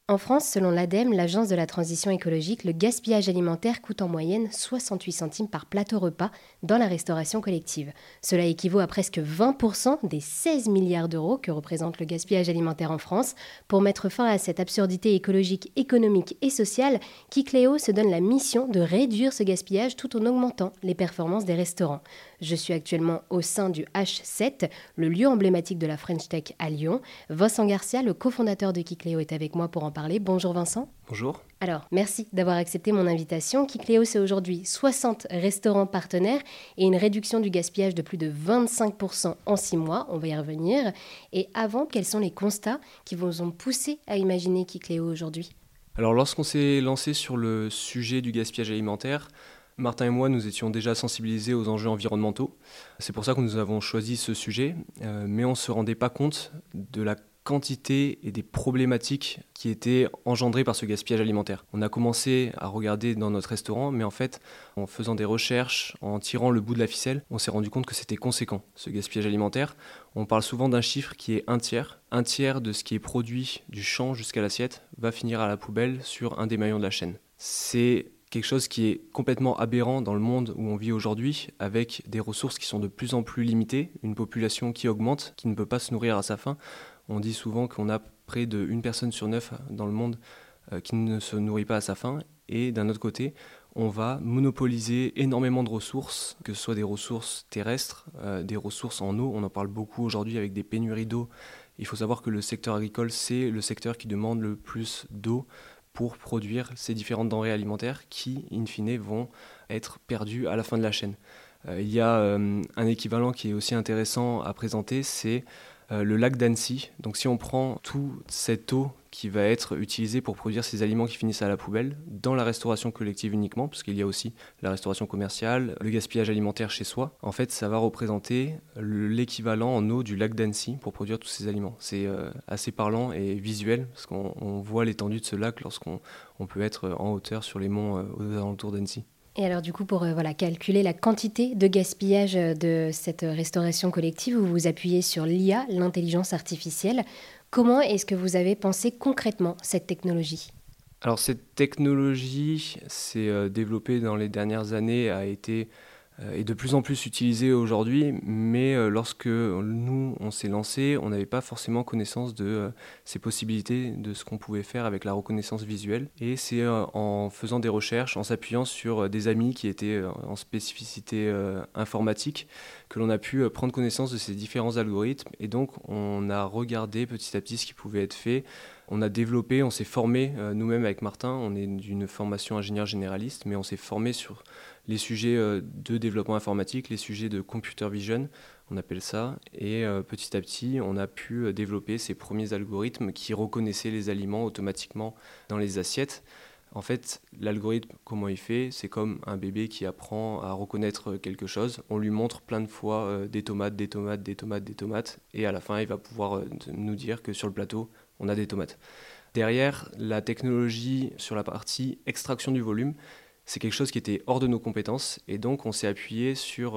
En France, selon l'ADEME, l'Agence de la transition écologique, le gaspillage alimentaire coûte en moyenne 68 centimes par plateau repas dans la restauration collective. Cela équivaut à presque 20% des 16 milliards d'euros que représente le gaspillage alimentaire en France. Pour mettre fin à cette absurdité écologique, économique et sociale, Kikléo se donne la mission de réduire ce gaspillage tout en augmentant les performances des restaurants. Je suis actuellement au sein du H7, le lieu emblématique de la French Tech à Lyon. Vincent Garcia, le cofondateur de Kikléo, est avec moi pour en parler. Bonjour Vincent. Bonjour. Alors, merci d'avoir accepté mon invitation. Kikléo, c'est aujourd'hui 60 restaurants partenaires et une réduction du gaspillage de plus de 25% en 6 mois. On va y revenir. Et avant, quels sont les constats qui vous ont poussé à imaginer Kikléo aujourd'hui ? Alors lorsqu'on s'est lancé sur le sujet du gaspillage alimentaire, Martin et moi, nous étions déjà sensibilisés aux enjeux environnementaux. C'est pour ça que nous avons choisi ce sujet, mais on ne se rendait pas compte de la quantité et des problématiques qui étaient engendrées par ce gaspillage alimentaire. On a commencé à regarder dans notre restaurant, mais en fait, en faisant des recherches, en tirant le bout de la ficelle, on s'est rendu compte que c'était conséquent, ce gaspillage alimentaire. On parle souvent d'un chiffre qui est un tiers. Un tiers de ce qui est produit du champ jusqu'à l'assiette va finir à la poubelle sur un des maillons de la chaîne. C'est quelque chose qui est complètement aberrant dans le monde où on vit aujourd'hui, avec des ressources qui sont de plus en plus limitées, une population qui augmente, qui ne peut pas se nourrir à sa faim. On dit souvent qu'on a près d'une personne sur 9 dans le monde qui ne se nourrit pas à sa faim. Et d'un autre côté, on va monopoliser énormément de ressources, que ce soit des ressources terrestres, des ressources en eau. On en parle beaucoup aujourd'hui avec des pénuries d'eau. Il faut savoir que le secteur agricole, c'est le secteur qui demande le plus d'eau pour produire ces différentes denrées alimentaires qui, in fine, vont être perdues à la fin de la chaîne. Il y a un équivalent qui est aussi intéressant à présenter, c'est le lac d'Annecy. Donc si on prend toute cette eau qui va être utilisée pour produire ces aliments qui finissent à la poubelle, dans la restauration collective uniquement, parce qu'il y a aussi la restauration commerciale, le gaspillage alimentaire chez soi, en fait ça va représenter l'équivalent en eau du lac d'Annecy pour produire tous ces aliments. C'est assez parlant et visuel, parce qu'on voit l'étendue de ce lac lorsqu'on peut être en hauteur sur les monts aux alentours d'Annecy. Et alors du coup, pour calculer la quantité de gaspillage de cette restauration collective, vous vous appuyez sur l'IA, l'intelligence artificielle. Comment est-ce que vous avez pensé concrètement cette technologie ? Alors cette technologie s'est développée dans les dernières années, a été est de plus en plus utilisée aujourd'hui, mais lorsque nous, on s'est lancé, on n'avait pas forcément connaissance de ces possibilités, de ce qu'on pouvait faire avec la reconnaissance visuelle. Et c'est en faisant des recherches, en s'appuyant sur des amis qui étaient en spécificité informatique, que l'on a pu prendre connaissance de ces différents algorithmes. Et donc, on a regardé petit à petit ce qui pouvait être fait. On a développé, on s'est formé nous-mêmes avec Martin, on est d'une formation ingénieur généraliste, mais on s'est formé sur les sujets de développement informatique, les sujets de computer vision, on appelle ça, et petit à petit, on a pu développer ces premiers algorithmes qui reconnaissaient les aliments automatiquement dans les assiettes. En fait, l'algorithme, comment il fait ? C'est comme un bébé qui apprend à reconnaître quelque chose. On lui montre plein de fois des tomates, des tomates, des tomates, des tomates, et à la fin, il va pouvoir nous dire que sur le plateau, on a des tomates. Derrière, la technologie sur la partie extraction du volume, c'est quelque chose qui était hors de nos compétences et donc on s'est appuyé sur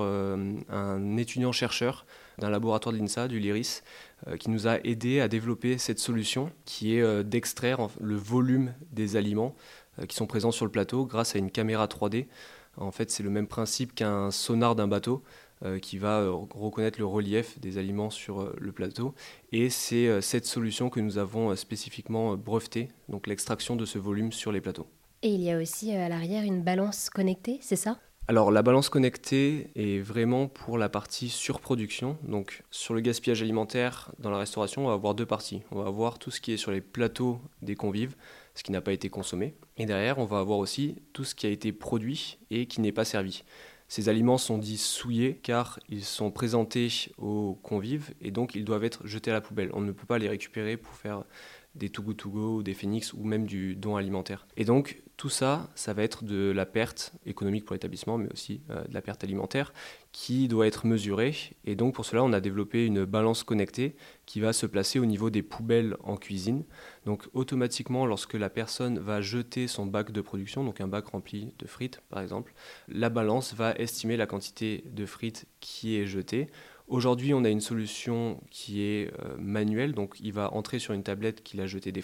un étudiant-chercheur d'un laboratoire de l'INSA, du LIRIS, qui nous a aidé à développer cette solution qui est d'extraire le volume des aliments qui sont présents sur le plateau grâce à une caméra 3D. En fait, c'est le même principe qu'un sonar d'un bateau qui va reconnaître le relief des aliments sur le plateau. Et c'est cette solution que nous avons spécifiquement brevetée, donc l'extraction de ce volume sur les plateaux. Et il y a aussi à l'arrière une balance connectée, c'est ça ? Alors la balance connectée est vraiment pour la partie surproduction. Donc sur le gaspillage alimentaire dans la restauration, on va avoir deux parties. On va avoir tout ce qui est sur les plateaux des convives, ce qui n'a pas été consommé. Et derrière, on va avoir aussi tout ce qui a été produit et qui n'est pas servi. Ces aliments sont dits souillés car ils sont présentés aux convives et donc ils doivent être jetés à la poubelle. On ne peut pas les récupérer pour faire des Too Good To Go, des Phoenix ou même du don alimentaire. Et donc tout ça, ça va être de la perte économique pour l'établissement, mais aussi de la perte alimentaire qui doit être mesurée. Et donc pour cela, on a développé une balance connectée qui va se placer au niveau des poubelles en cuisine. Donc automatiquement, lorsque la personne va jeter son bac de production, donc un bac rempli de frites par exemple, la balance va estimer la quantité de frites qui est jetée. Aujourd'hui, on a une solution qui est manuelle, donc il va entrer sur une tablette qu'il a jeté des frites.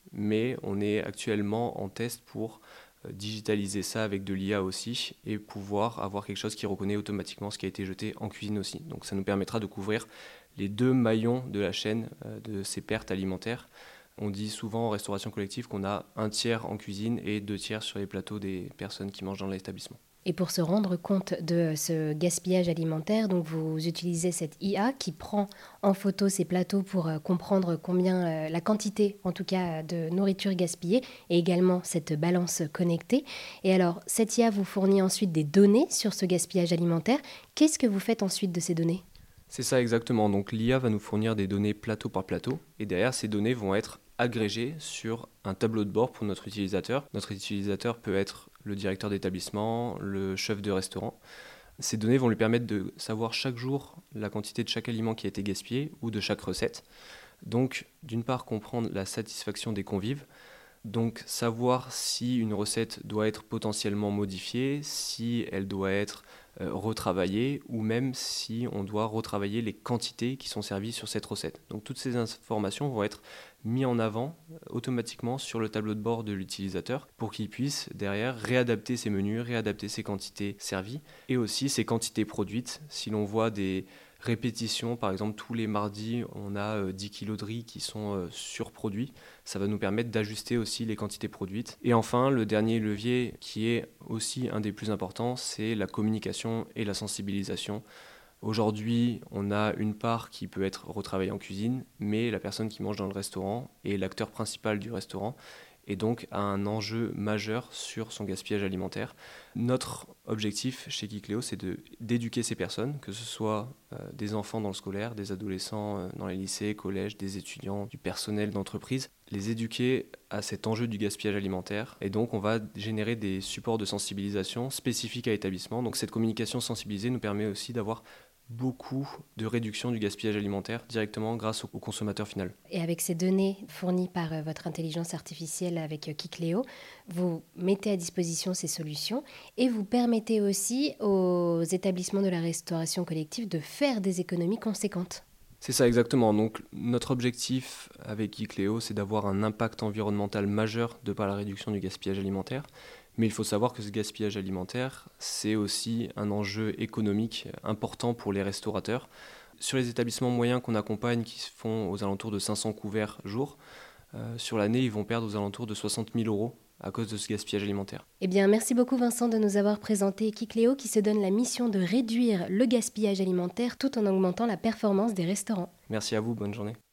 mais on est actuellement en test pour digitaliser ça avec de l'IA aussi et pouvoir avoir quelque chose qui reconnaît automatiquement ce qui a été jeté en cuisine aussi. Donc ça nous permettra de couvrir les deux maillons de la chaîne de ces pertes alimentaires. On dit souvent en restauration collective qu'on a un tiers en cuisine et 2 tiers sur les plateaux des personnes qui mangent dans l'établissement. Et pour se rendre compte de ce gaspillage alimentaire, donc vous utilisez cette IA qui prend en photo ces plateaux pour comprendre combien, la quantité en tout cas de nourriture gaspillée et également cette balance connectée. Et alors, cette IA vous fournit ensuite des données sur ce gaspillage alimentaire. Qu'est-ce que vous faites ensuite de ces données ? C'est ça exactement. Donc l'IA va nous fournir des données plateau par plateau et derrière ces données vont être agrégées sur un tableau de bord pour notre utilisateur. Notre utilisateur peut être le directeur d'établissement, le chef de restaurant. Ces données vont lui permettre de savoir chaque jour la quantité de chaque aliment qui a été gaspillé ou de chaque recette. Donc d'une part comprendre la satisfaction des convives, donc savoir si une recette doit être potentiellement modifiée, si elle doit être retravaillée ou même si on doit retravailler les quantités qui sont servies sur cette recette. Donc toutes ces informations vont être mises en avant automatiquement sur le tableau de bord de l'utilisateur pour qu'il puisse derrière réadapter ses menus, réadapter ses quantités servies et aussi ses quantités produites. Si l'on voit des répétitions, par exemple tous les mardis on a 10 kilos de riz qui sont surproduits, ça va nous permettre d'ajuster aussi les quantités produites. Et enfin le dernier levier qui est aussi un des plus importants, c'est la communication et la sensibilisation. Aujourd'hui, on a une part qui peut être retravaillée en cuisine, mais la personne qui mange dans le restaurant est l'acteur principal du restaurant et donc a un enjeu majeur sur son gaspillage alimentaire. Notre objectif chez Kikléo, c'est d'éduquer ces personnes, que ce soit des enfants dans le scolaire, des adolescents dans les lycées, collèges, des étudiants, du personnel d'entreprise, les éduquer à cet enjeu du gaspillage alimentaire. Et donc, on va générer des supports de sensibilisation spécifiques à l'établissement. Donc, cette communication sensibilisée nous permet aussi d'avoir beaucoup de réduction du gaspillage alimentaire directement grâce au consommateur final. Et avec ces données fournies par votre intelligence artificielle avec Kikléo, vous mettez à disposition ces solutions et vous permettez aussi aux établissements de la restauration collective de faire des économies conséquentes. C'est ça exactement. Donc notre objectif avec Kikléo, c'est d'avoir un impact environnemental majeur de par la réduction du gaspillage alimentaire. Mais il faut savoir que ce gaspillage alimentaire, c'est aussi un enjeu économique important pour les restaurateurs. Sur les établissements moyens qu'on accompagne, qui se font aux alentours de 500 couverts jour, sur l'année, ils vont perdre aux alentours de 60 000 € à cause de ce gaspillage alimentaire. Eh bien, merci beaucoup Vincent de nous avoir présenté Kikléo qui se donne la mission de réduire le gaspillage alimentaire tout en augmentant la performance des restaurants. Merci à vous, bonne journée.